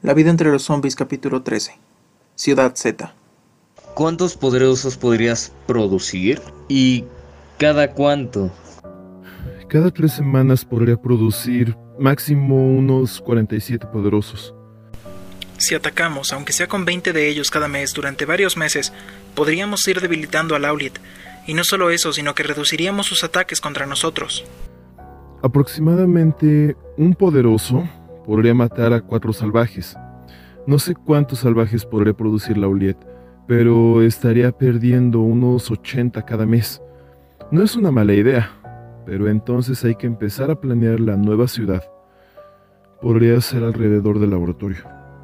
La vida entre los zombies, capítulo 13. Ciudad Z. ¿Cuántos poderosos podrías producir? ¿Y cada cuánto? Cada 3 semanas podría producir máximo unos 47 poderosos. Si atacamos, aunque sea con 20 de ellos cada mes durante varios meses, podríamos ir debilitando a Lauliet. Y no solo eso, sino que reduciríamos sus ataques contra nosotros. Aproximadamente un poderoso podría matar a 4 salvajes. No sé cuántos salvajes podría producir Lauliet, pero estaría perdiendo unos 80 cada mes. No es una mala idea, pero entonces hay que empezar a planear la nueva ciudad. Podría ser alrededor del laboratorio.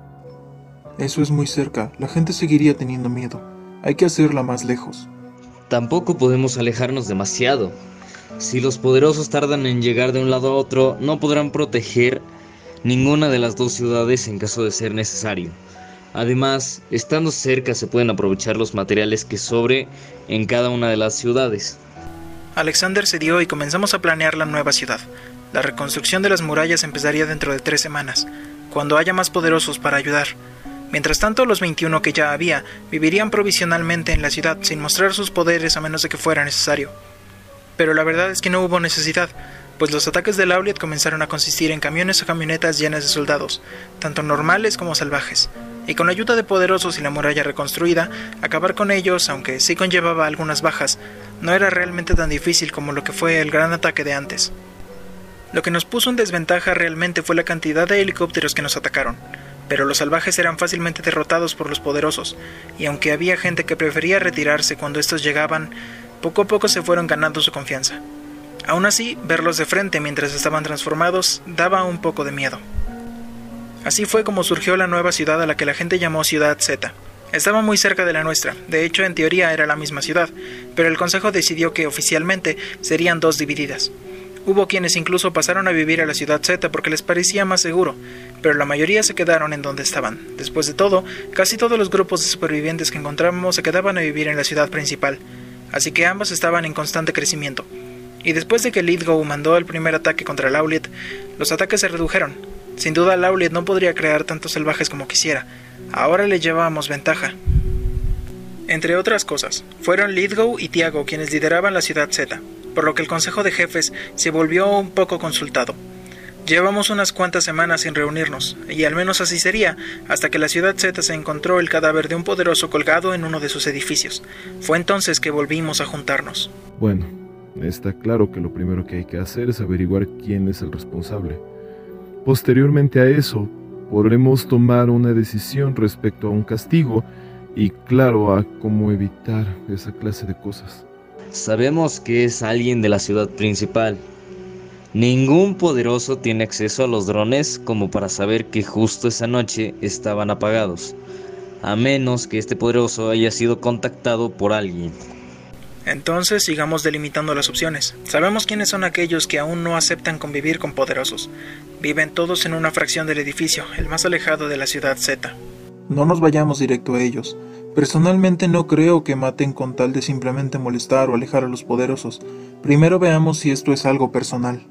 Eso es muy cerca, la gente seguiría teniendo miedo. Hay que hacerla más lejos. Tampoco podemos alejarnos demasiado. Si los poderosos tardan en llegar de un lado a otro, no podrán proteger ninguna de las dos ciudades en caso de ser necesario. Además, estando cerca se pueden aprovechar los materiales que sobre en cada una de las ciudades. Alexander cedió y comenzamos a planear la nueva ciudad. La reconstrucción de las murallas empezaría dentro de 3 semanas, cuando haya más poderosos para ayudar. Mientras tanto, los 21 que ya había vivirían provisionalmente en la ciudad sin mostrar sus poderes a menos de que fuera necesario. Pero la verdad es que no hubo necesidad, pues los ataques de Lauliet comenzaron a consistir en camiones o camionetas llenas de soldados, tanto normales como salvajes, y con la ayuda de poderosos y la muralla reconstruida, acabar con ellos, aunque sí conllevaba algunas bajas, no era realmente tan difícil como lo que fue el gran ataque de antes. Lo que nos puso en desventaja realmente fue la cantidad de helicópteros que nos atacaron, pero los salvajes eran fácilmente derrotados por los poderosos, y aunque había gente que prefería retirarse cuando estos llegaban, poco a poco se fueron ganando su confianza. Aún así, verlos de frente mientras estaban transformados daba un poco de miedo. Así fue como surgió la nueva ciudad a la que la gente llamó Ciudad Z. Estaba muy cerca de la nuestra, de hecho en teoría era la misma ciudad, pero el consejo decidió que oficialmente serían 2 divididas. Hubo quienes incluso pasaron a vivir a la Ciudad Z porque les parecía más seguro, pero la mayoría se quedaron en donde estaban. Después de todo, casi todos los grupos de supervivientes que encontrábamos se quedaban a vivir en la ciudad principal, así que ambas estaban en constante crecimiento. Y después de que Lithgow mandó el primer ataque contra Lauliet, los ataques se redujeron. Sin duda Lauliet no podría crear tantos salvajes como quisiera. Ahora le llevábamos ventaja. Entre otras cosas, fueron Lithgow y Tiago quienes lideraban la Ciudad Z, por lo que el Consejo de Jefes se volvió un poco consultado. Llevamos unas cuantas semanas sin reunirnos, y al menos así sería, hasta que la Ciudad Z se encontró el cadáver de un poderoso colgado en uno de sus edificios. Fue entonces que volvimos a juntarnos. Bueno, está claro que lo primero que hay que hacer es averiguar quién es el responsable. Posteriormente a eso, podremos tomar una decisión respecto a un castigo y, claro, a cómo evitar esa clase de cosas. Sabemos que es alguien de la ciudad principal. Ningún poderoso tiene acceso a los drones como para saber que justo esa noche estaban apagados, a menos que este poderoso haya sido contactado por alguien. Entonces sigamos delimitando las opciones. Sabemos quiénes son aquellos que aún no aceptan convivir con poderosos. Viven todos en una fracción del edificio, el más alejado de la Ciudad Z. No nos vayamos directo a ellos. Personalmente no creo que maten con tal de simplemente molestar o alejar a los poderosos. Primero veamos si esto es algo personal.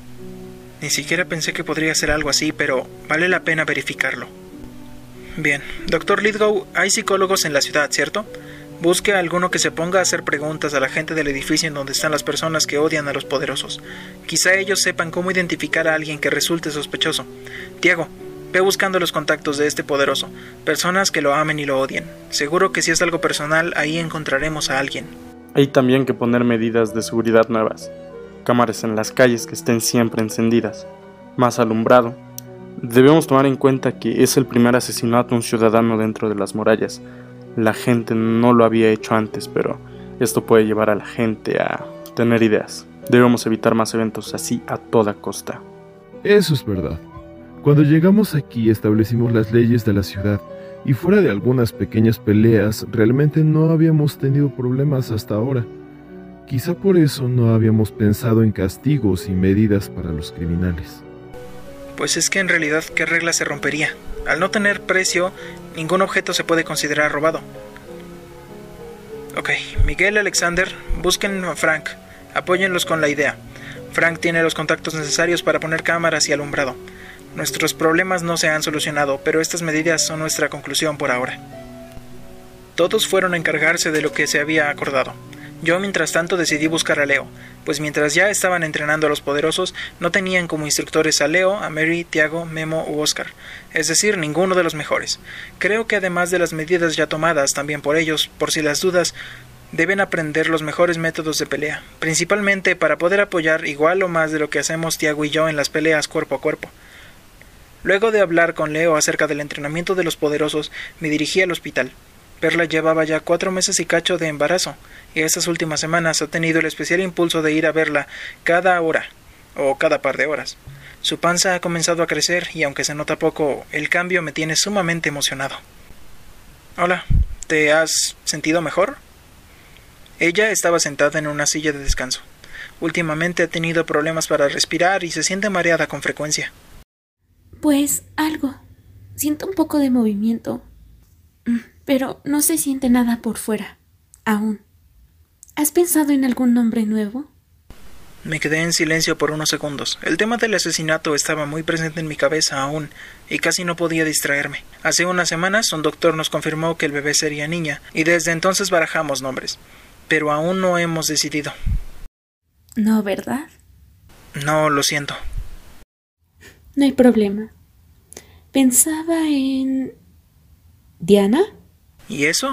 Ni siquiera pensé que podría ser algo así, pero vale la pena verificarlo. Bien, Dr. Lithgow, hay psicólogos en la ciudad, ¿cierto? Busque a alguno que se ponga a hacer preguntas a la gente del edificio en donde están las personas que odian a los poderosos. Quizá ellos sepan cómo identificar a alguien que resulte sospechoso. Tiago, ve buscando los contactos de este poderoso, personas que lo amen y lo odien. Seguro que si es algo personal, ahí encontraremos a alguien. Hay también que poner medidas de seguridad nuevas. Cámaras en las calles que estén siempre encendidas. Más alumbrado. Debemos tomar en cuenta que es el primer asesinato a un ciudadano dentro de las murallas. La gente no lo había hecho antes, pero esto puede llevar a la gente a tener ideas. Debemos evitar más eventos así a toda costa. Eso es verdad. Cuando llegamos aquí establecimos las leyes de la ciudad y fuera de algunas pequeñas peleas realmente no habíamos tenido problemas hasta ahora. Quizá por eso no habíamos pensado en castigos y medidas para los criminales. Pues es que en realidad, ¿qué regla se rompería? Al no tener precio, ningún objeto se puede considerar robado. Ok, Miguel, Alexander, busquen a Frank. Apóyenlos con la idea. Frank tiene los contactos necesarios para poner cámaras y alumbrado. Nuestros problemas no se han solucionado, pero estas medidas son nuestra conclusión por ahora. Todos fueron a encargarse de lo que se había acordado. Yo, mientras tanto, decidí buscar a Leo, pues mientras ya estaban entrenando a los poderosos, no tenían como instructores a Leo, a Mary, Tiago, Memo u Oscar, es decir, ninguno de los mejores. Creo que además de las medidas ya tomadas también por ellos, por si las dudas, deben aprender los mejores métodos de pelea, principalmente para poder apoyar igual o más de lo que hacemos Tiago y yo en las peleas cuerpo a cuerpo. Luego de hablar con Leo acerca del entrenamiento de los poderosos, me dirigí al hospital. Perla llevaba ya 4 meses y cacho de embarazo, y estas últimas semanas ha tenido el especial impulso de ir a verla cada hora, o cada par de horas. Su panza ha comenzado a crecer, y aunque se nota poco, el cambio me tiene sumamente emocionado. Hola, ¿te has sentido mejor? Ella estaba sentada en una silla de descanso. Últimamente ha tenido problemas para respirar y se siente mareada con frecuencia. Pues algo. Siento un poco de movimiento. Pero no se siente nada por fuera, aún. ¿Has pensado en algún nombre nuevo? Me quedé en silencio por unos segundos. El tema del asesinato estaba muy presente en mi cabeza aún, y casi no podía distraerme. Hace unas semanas un doctor nos confirmó que el bebé sería niña, y desde entonces barajamos nombres. Pero aún no hemos decidido. No, ¿verdad? No, lo siento. No hay problema. Pensaba en... ¿Diana? ¿Y eso?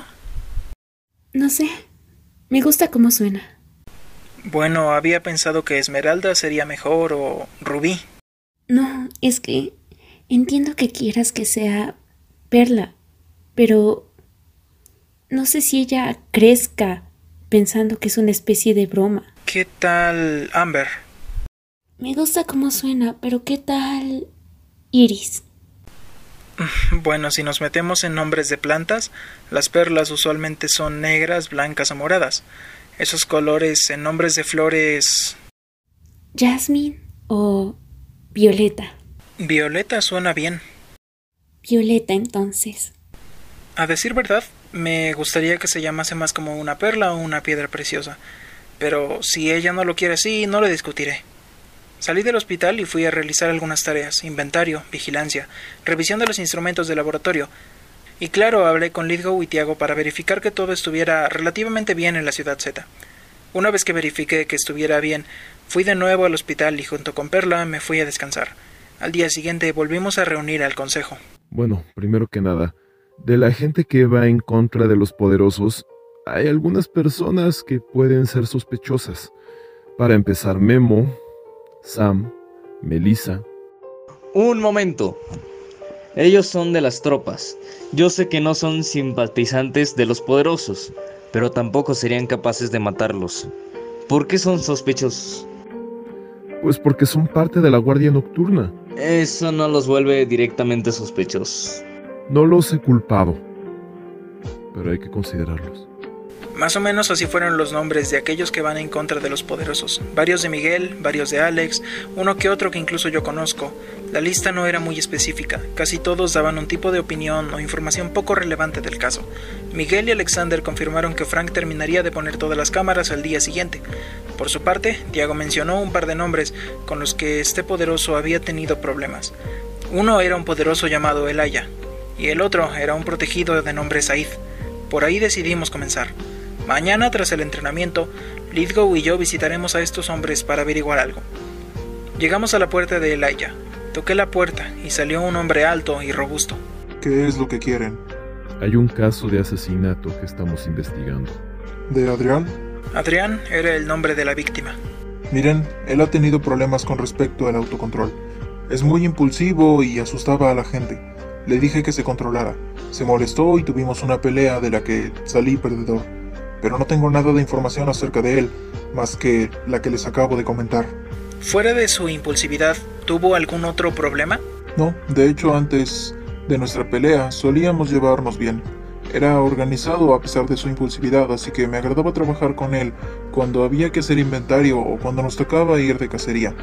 No sé. Me gusta cómo suena. Bueno, había pensado que Esmeralda sería mejor o Rubí. No, es que entiendo que quieras que sea Perla, pero no sé si ella crezca pensando que es una especie de broma. ¿Qué tal Amber? Me gusta cómo suena, pero ¿qué tal Iris? Bueno, si nos metemos en nombres de plantas, las perlas usualmente son negras, blancas o moradas. Esos colores en nombres de flores... ¿Jasmine o Violeta? Violeta suena bien. Violeta, entonces. A decir verdad, me gustaría que se llamase más como una perla o una piedra preciosa. Pero si ella no lo quiere así, no le discutiré. Salí del hospital y fui a realizar algunas tareas, inventario, vigilancia, revisión de los instrumentos de laboratorio. Y claro, hablé con Lithgow y Tiago para verificar que todo estuviera relativamente bien en la ciudad Z. Una vez que verifiqué que estuviera bien, fui de nuevo al hospital y junto con Perla me fui a descansar. Al día siguiente volvimos a reunir al consejo. Bueno, primero que nada, de la gente que va en contra de los poderosos, hay algunas personas que pueden ser sospechosas. Para empezar, Memo, Sam, Melissa. Un momento. Ellos son de las tropas. Yo sé que no son simpatizantes de los poderosos, pero tampoco serían capaces de matarlos. ¿Por qué son sospechosos? Pues porque son parte de la Guardia Nocturna. Eso no los vuelve directamente sospechosos. No los he culpado, pero hay que considerarlos. Más o menos así fueron los nombres de aquellos que van en contra de los poderosos. Varios de Miguel, varios de Alex, uno que otro que incluso yo conozco. La lista no era muy específica, casi todos daban un tipo de opinión o información poco relevante del caso. Miguel y Alexander confirmaron que Frank terminaría de poner todas las cámaras al día siguiente. Por su parte, Tiago mencionó un par de nombres con los que este poderoso había tenido problemas. Uno era un poderoso llamado Elaya, y el otro era un protegido de nombre Said. Por ahí decidimos comenzar. Mañana, tras el entrenamiento, Lithgow y yo visitaremos a estos hombres para averiguar algo. Llegamos a la puerta de Elijah. Toqué la puerta y salió un hombre alto y robusto. ¿Qué es lo que quieren? Hay un caso de asesinato que estamos investigando. ¿De Adrián? Adrián era el nombre de la víctima. Miren, él ha tenido problemas con respecto al autocontrol. Es muy impulsivo y asustaba a la gente. Le dije que se controlara. Se molestó y tuvimos una pelea de la que salí perdedor. Pero no tengo nada de información acerca de él, más que la que les acabo de comentar. Fuera de su impulsividad, ¿tuvo algún otro problema? No, de hecho antes de nuestra pelea solíamos llevarnos bien. Era organizado a pesar de su impulsividad, así que me agradaba trabajar con él cuando había que hacer inventario o cuando nos tocaba ir de cacería.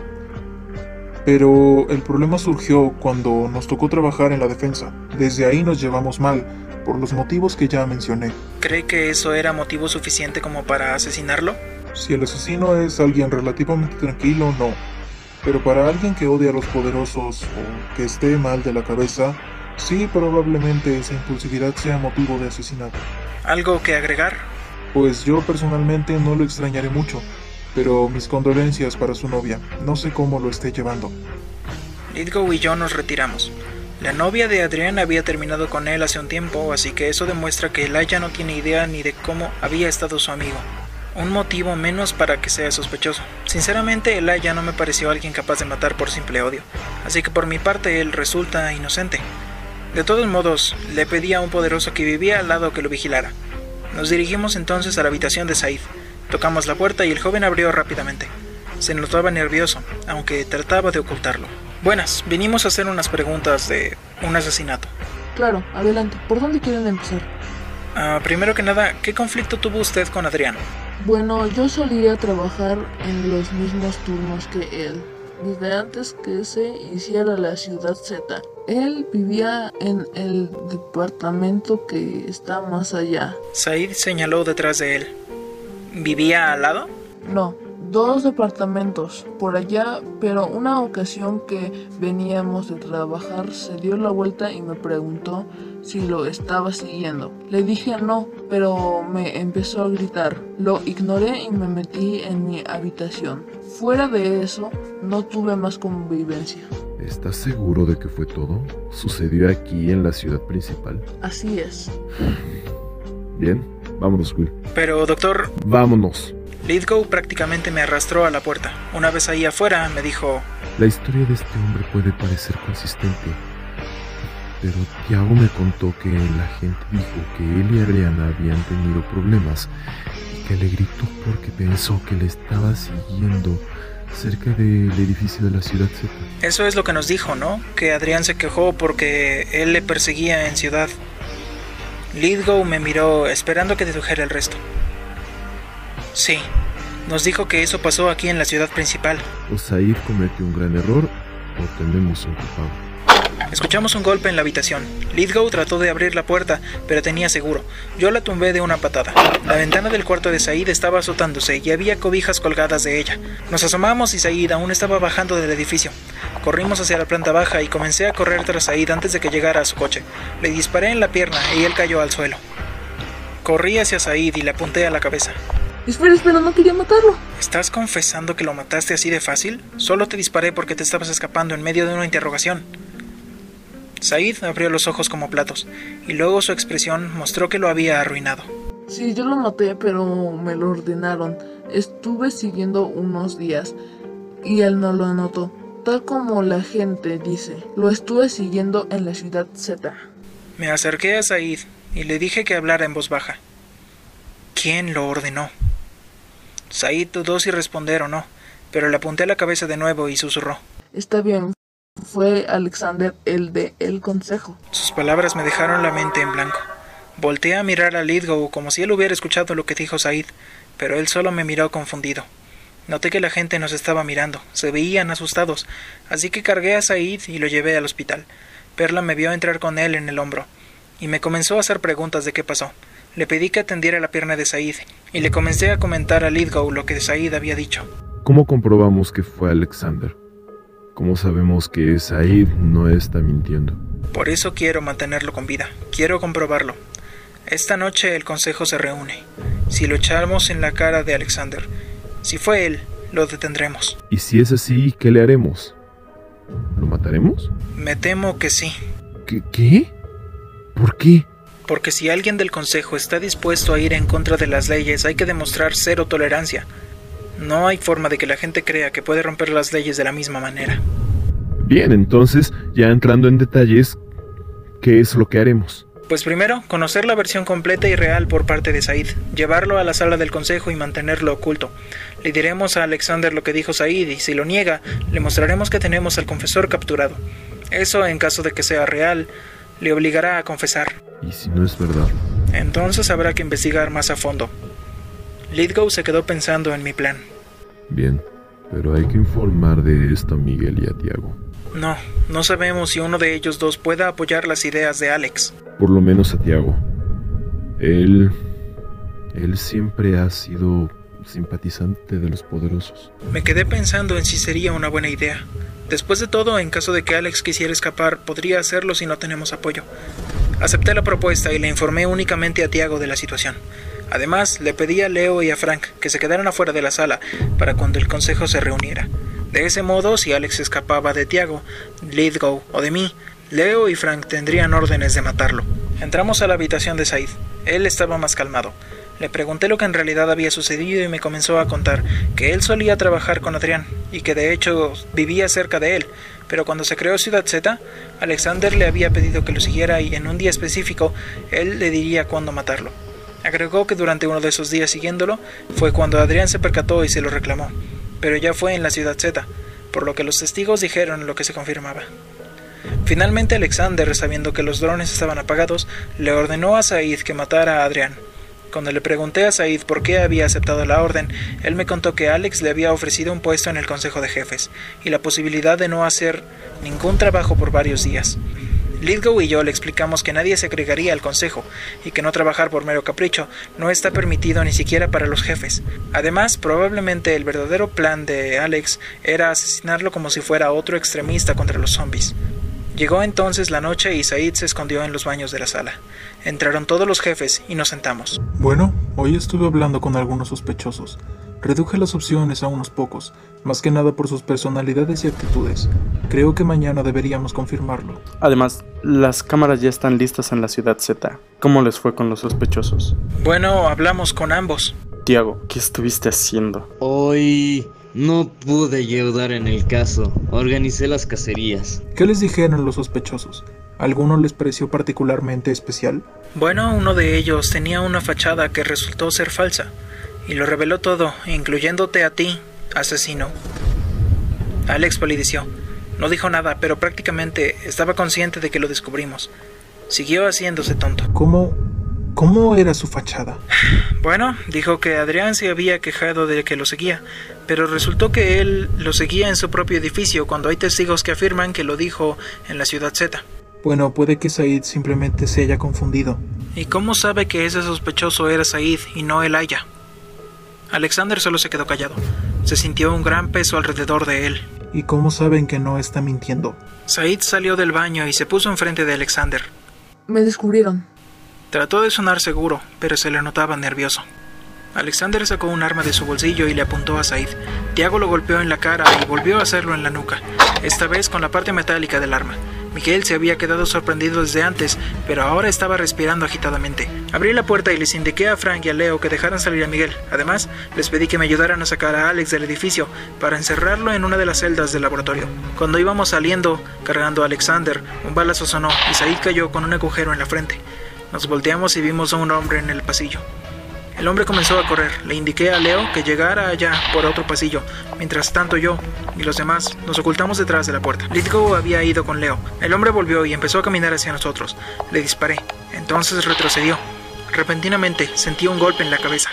Pero el problema surgió cuando nos tocó trabajar en la defensa. Desde ahí nos llevamos mal, por los motivos que ya mencioné. ¿Cree que eso era motivo suficiente como para asesinarlo? Si el asesino es alguien relativamente tranquilo, no. Pero para alguien que odia a los poderosos o que esté mal de la cabeza, sí, probablemente esa impulsividad sea motivo de asesinato. ¿Algo que agregar? Pues yo personalmente no lo extrañaré mucho, pero mis condolencias para su novia. No sé cómo lo esté llevando. Lithgow y yo nos retiramos. La novia de Adrián había terminado con él hace un tiempo, así que eso demuestra que Elijah no tiene idea ni de cómo había estado su amigo. Un motivo menos para que sea sospechoso. Sinceramente, Elijah no me pareció alguien capaz de matar por simple odio, así que por mi parte él resulta inocente. De todos modos, le pedí a un poderoso que vivía al lado que lo vigilara. Nos dirigimos entonces a la habitación de Said. Tocamos la puerta y el joven abrió rápidamente. Se notaba nervioso, aunque trataba de ocultarlo. Buenas, vinimos a hacer unas preguntas de un asesinato. Claro, adelante. ¿Por dónde quieren empezar? Primero que nada, ¿qué conflicto tuvo usted con Adrián? Bueno, yo solía trabajar en los mismos turnos que él, desde antes que se hiciera la Ciudad Z. Él vivía en el departamento que está más allá. Said señaló detrás de él. ¿Vivía al lado? No, 2 departamentos por allá, pero una ocasión que veníamos de trabajar se dio la vuelta y me preguntó si lo estaba siguiendo. Le dije no, pero me empezó a gritar. Lo ignoré y me metí en mi habitación. Fuera de eso, no tuve más convivencia. ¿Estás seguro de que fue todo? ¿Sucedió aquí en la ciudad principal? Así es. Bien, vámonos, Will. Pero, doctor... Vámonos. Lithgow prácticamente me arrastró a la puerta. Una vez ahí afuera, me dijo... La historia de este hombre puede parecer consistente, pero Tiago me contó que la gente dijo que él y Adriana habían tenido problemas y que le gritó porque pensó que le estaba siguiendo cerca del edificio de la Ciudad Z. Eso es lo que nos dijo, ¿no? Que Adrián se quejó porque él le perseguía en Ciudad. Lithgow me miró esperando que dedujera el resto. Sí, nos dijo que eso pasó aquí en la ciudad principal. O Said cometió un gran error o tenemos un culpable. Escuchamos un golpe en la habitación. Lithgow trató de abrir la puerta, pero tenía seguro. Yo la tumbé de una patada. La ventana del cuarto de Said estaba azotándose y había cobijas colgadas de ella. Nos asomamos y Said aún estaba bajando del edificio. Corrimos hacia la planta baja y comencé a correr tras Said antes de que llegara a su coche. Le disparé en la pierna y él cayó al suelo. Corrí hacia Said y le apunté a la cabeza. Espera, no quería matarlo. ¿Estás confesando que lo mataste así de fácil? Solo te disparé porque te estabas escapando en medio de una interrogación. Said abrió los ojos como platos, y luego su expresión mostró que lo había arruinado. Sí, yo lo maté, pero me lo ordenaron. Estuve siguiendo unos días, y él no lo notó. Tal como la gente dice, lo estuve siguiendo en la Ciudad Z. Me acerqué a Said y le dije que hablara en voz baja. ¿Quién lo ordenó? Said dudó si responder o no, pero le apunté a la cabeza de nuevo y susurró. Está bien, fue Alexander, el de El Consejo. Sus palabras me dejaron la mente en blanco. Volteé a mirar a Lithgow como si él hubiera escuchado lo que dijo Said, pero él solo me miró confundido. Noté que la gente nos estaba mirando, se veían asustados, así que cargué a Said y lo llevé al hospital. Perla me vio entrar con él en el hombro, y me comenzó a hacer preguntas de qué pasó. Le pedí que atendiera la pierna de Said, y le comencé a comentar a Lithgow lo que Said había dicho. ¿Cómo comprobamos que fue Alexander? ¿Cómo sabemos que Said no está mintiendo? Por eso quiero mantenerlo con vida, quiero comprobarlo. Esta noche el consejo se reúne. Si lo echamos en la cara de Alexander, si fue él, lo detendremos. ¿Y si es así, qué le haremos? ¿Lo mataremos? Me temo que sí. ¿Qué? ¿Por qué? Porque si alguien del consejo está dispuesto a ir en contra de las leyes, hay que demostrar cero tolerancia. No hay forma de que la gente crea que puede romper las leyes de la misma manera. Bien, entonces, ya entrando en detalles, ¿qué es lo que haremos? Pues primero, conocer la versión completa y real por parte de Said, llevarlo a la sala del consejo y mantenerlo oculto. Le diremos a Alexander lo que dijo Said y si lo niega, le mostraremos que tenemos al confesor capturado. Eso, en caso de que sea real, le obligará a confesar. ¿Y si no es verdad? Entonces habrá que investigar más a fondo. Lithgow se quedó pensando en mi plan. Bien, pero hay que informar de esto a Miguel y a Tiago. No sabemos si uno de ellos dos pueda apoyar las ideas de Alex. Por lo menos a Tiago. Él siempre ha sido simpatizante de los poderosos. Me quedé pensando en si sería una buena idea. Después de todo, en caso de que Alex quisiera escapar, podría hacerlo si no tenemos apoyo. Acepté la propuesta y le informé únicamente a Tiago de la situación. Además, le pedí a Leo y a Frank que se quedaran afuera de la sala para cuando el consejo se reuniera. De ese modo, si Alex escapaba de Tiago, Lithgow o de mí, Leo y Frank tendrían órdenes de matarlo. Entramos a la habitación de Said. Él estaba más calmado. Le pregunté lo que en realidad había sucedido y me comenzó a contar que él solía trabajar con Adrián y que de hecho vivía cerca de él, pero cuando se creó Ciudad Z, Alexander le había pedido que lo siguiera y en un día específico él le diría cuándo matarlo. Agregó que durante uno de esos días siguiéndolo fue cuando Adrián se percató y se lo reclamó, pero ya fue en la Ciudad Z, por lo que los testigos dijeron lo que se confirmaba. Finalmente Alexander, sabiendo que los drones estaban apagados, le ordenó a Said que matara a Adrián. Cuando le pregunté a Said por qué había aceptado la orden, él me contó que Alex le había ofrecido un puesto en el Consejo de Jefes y la posibilidad de no hacer ningún trabajo por varios días. Lithgow y yo le explicamos que nadie se agregaría al consejo y que no trabajar por mero capricho no está permitido ni siquiera para los jefes. Además, probablemente el verdadero plan de Alex era asesinarlo como si fuera otro extremista contra los zombies. Llegó entonces la noche y Said se escondió en los baños de la sala. Entraron todos los jefes y nos sentamos. Bueno, hoy estuve hablando con algunos sospechosos. Reduje las opciones a unos pocos, más que nada por sus personalidades y actitudes. Creo que mañana deberíamos confirmarlo. Además, las cámaras ya están listas en la Ciudad Z. ¿Cómo les fue con los sospechosos? Bueno, hablamos con ambos. Tiago, ¿qué estuviste haciendo? Hoy no pude ayudar en el caso. Organicé las cacerías. ¿Qué les dijeron los sospechosos? ¿Alguno les pareció particularmente especial? Bueno, uno de ellos tenía una fachada que resultó ser falsa, y lo reveló todo, incluyéndote a ti, asesino. Alex palideció. No dijo nada, pero prácticamente estaba consciente de que lo descubrimos. Siguió haciéndose tonto. ¿Cómo era su fachada? Bueno, dijo que Adrián se había quejado de que lo seguía, pero resultó que él lo seguía en su propio edificio cuando hay testigos que afirman que lo dijo en la Ciudad Z. Bueno, puede que Said simplemente se haya confundido. ¿Y cómo sabe que ese sospechoso era Said y no Elijah? Alexander solo se quedó callado. Se sintió un gran peso alrededor de él. ¿Y cómo saben que no está mintiendo? Said salió del baño y se puso enfrente de Alexander. Me descubrieron. Trató de sonar seguro, pero se le notaba nervioso. Alexander sacó un arma de su bolsillo y le apuntó a Said. Tiago lo golpeó en la cara y volvió a hacerlo en la nuca, esta vez con la parte metálica del arma. Miguel se había quedado sorprendido desde antes, pero ahora estaba respirando agitadamente. Abrí la puerta y les indiqué a Frank y a Leo que dejaran salir a Miguel. Además, les pedí que me ayudaran a sacar a Alex del edificio para encerrarlo en una de las celdas del laboratorio. Cuando íbamos saliendo, cargando a Alexander, un balazo sonó y Said cayó con un agujero en la frente. Nos volteamos y vimos a un hombre en el pasillo. El hombre comenzó a correr. Le indiqué a Leo que llegara allá por otro pasillo. Mientras tanto yo y los demás nos ocultamos detrás de la puerta. Lithgow había ido con Leo. El hombre volvió y empezó a caminar hacia nosotros. Le disparé. Entonces retrocedió. Repentinamente sentí un golpe en la cabeza.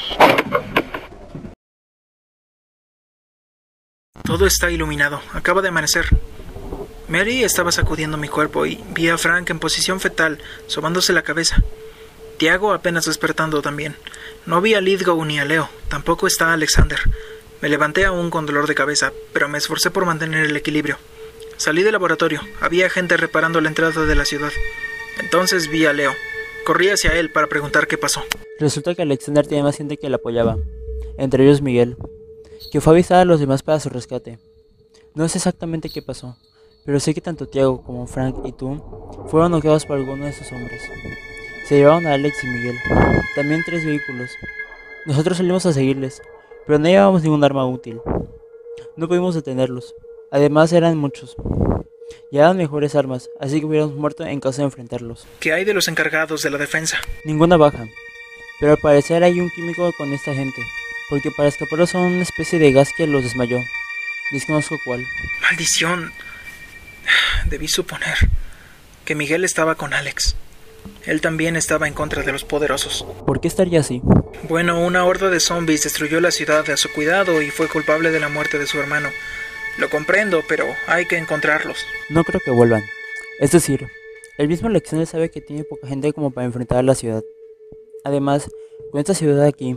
Todo está iluminado. Acaba de amanecer. Mary estaba sacudiendo mi cuerpo y vi a Frank en posición fetal, sobándose la cabeza. Tiago apenas despertando también. No vi a Lithgow ni a Leo, tampoco está Alexander. Me levanté aún con dolor de cabeza, pero me esforcé por mantener el equilibrio. Salí del laboratorio, había gente reparando la entrada de la ciudad. Entonces vi a Leo. Corrí hacia él para preguntar qué pasó. Resulta que Alexander tenía más gente que le apoyaba, entre ellos Miguel, que fue a avisar a los demás para su rescate. No sé exactamente qué pasó, pero sé que tanto Tiago como Frank y tú fueron noqueados por alguno de esos hombres. Se llevaron a Alex y Miguel, también 3 vehículos. Nosotros salimos a seguirles, pero no llevábamos ningún arma útil. No pudimos detenerlos, además eran muchos. Llevaban mejores armas, así que hubiéramos muerto en caso de enfrentarlos. ¿Qué hay de los encargados de la defensa? Ninguna baja, pero al parecer hay un químico con esta gente, porque para escapar usaron una especie de gas que los desmayó. Desconozco cuál. ¡Maldición! Debí suponer que Miguel estaba con Alex. Él también estaba en contra de los poderosos. ¿Por qué estaría así? Bueno, una horda de zombies destruyó la ciudad a su cuidado y fue culpable de la muerte de su hermano. Lo comprendo, pero hay que encontrarlos. No creo que vuelvan. Es decir, el mismo Alexander sabe que tiene poca gente como para enfrentar a la ciudad. Además, con esta ciudad aquí,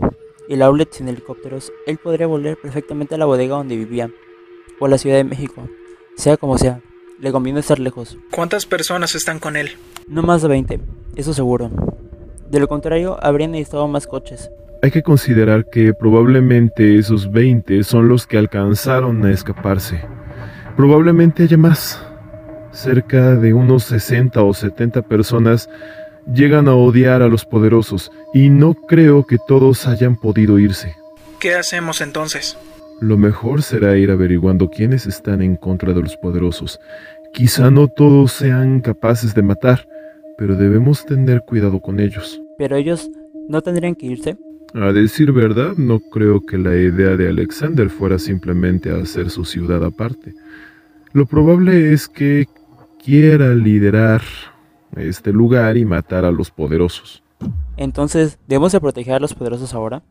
y la outlet sin helicópteros, él podría volver perfectamente a la bodega donde vivía, o a la Ciudad de México. Sea como sea, le conviene estar lejos. ¿Cuántas personas están con él? No más de 20, eso seguro. De lo contrario, habrían necesitado más coches. Hay que considerar que probablemente esos 20 son los que alcanzaron a escaparse. Probablemente haya más. Cerca de unos 60 o 70 personas llegan a odiar a los poderosos y no creo que todos hayan podido irse. ¿Qué hacemos entonces? Lo mejor será ir averiguando quiénes están en contra de los poderosos. Quizá no todos sean capaces de matar, pero debemos tener cuidado con ellos. ¿Pero ellos no tendrían que irse? A decir verdad, no creo que la idea de Alexander fuera simplemente hacer su ciudad aparte. Lo probable es que quiera liderar este lugar y matar a los poderosos. Entonces, ¿debemos de proteger a los poderosos ahora?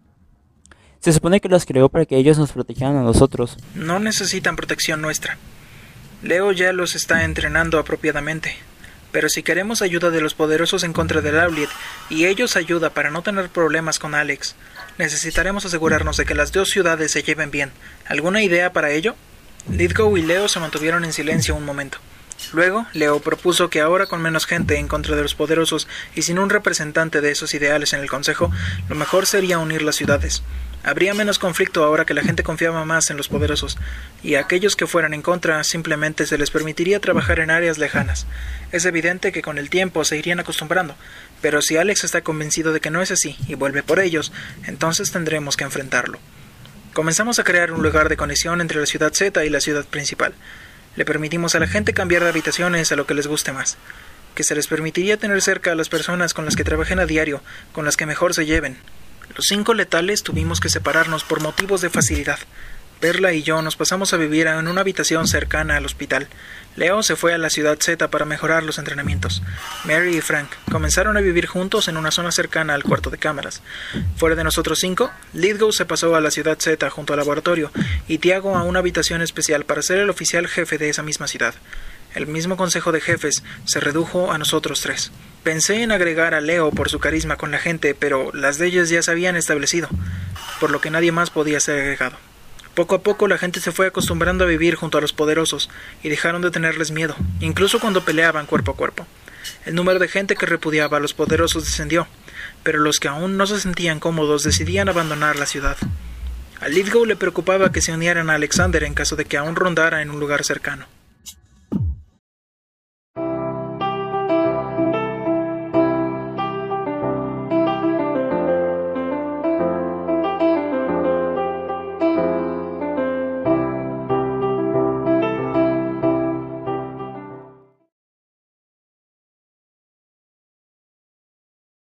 Se supone que los creó para que ellos nos protegieran a nosotros. No necesitan protección nuestra. Leo ya los está entrenando apropiadamente. Pero si queremos ayuda de los poderosos en contra de Lauliet y ellos ayuda para no tener problemas con Alex, necesitaremos asegurarnos de que las dos ciudades se lleven bien. ¿Alguna idea para ello? Lithgow y Leo se mantuvieron en silencio un momento. Luego, Leo propuso que ahora con menos gente en contra de los poderosos y sin un representante de esos ideales en el consejo, lo mejor sería unir las ciudades. Habría menos conflicto ahora que la gente confiaba más en los poderosos, y a aquellos que fueran en contra simplemente se les permitiría trabajar en áreas lejanas. Es evidente que con el tiempo se irían acostumbrando, pero si Alex está convencido de que no es así y vuelve por ellos, entonces tendremos que enfrentarlo. Comenzamos a crear un lugar de conexión entre la ciudad Z y la ciudad principal. Le permitimos a la gente cambiar de habitaciones a lo que les guste más, que se les permitiría tener cerca a las personas con las que trabajen a diario, con las que mejor se lleven. Los 5 letales tuvimos que separarnos por motivos de facilidad. Perla y yo nos pasamos a vivir en una habitación cercana al hospital. Leo se fue a la ciudad Z para mejorar los entrenamientos. Mary y Frank comenzaron a vivir juntos en una zona cercana al cuarto de cámaras. Fuera de nosotros 5, Lithgow se pasó a la ciudad Z junto al laboratorio y Tiago a una habitación especial para ser el oficial jefe de esa misma ciudad. El mismo consejo de jefes se redujo a nosotros 3. Pensé en agregar a Leo por su carisma con la gente, pero las de ellas ya se habían establecido, por lo que nadie más podía ser agregado. Poco a poco la gente se fue acostumbrando a vivir junto a los poderosos y dejaron de tenerles miedo, incluso cuando peleaban cuerpo a cuerpo. El número de gente que repudiaba a los poderosos descendió, pero los que aún no se sentían cómodos decidían abandonar la ciudad. A Lithgow le preocupaba que se unieran a Alexander en caso de que aún rondara en un lugar cercano.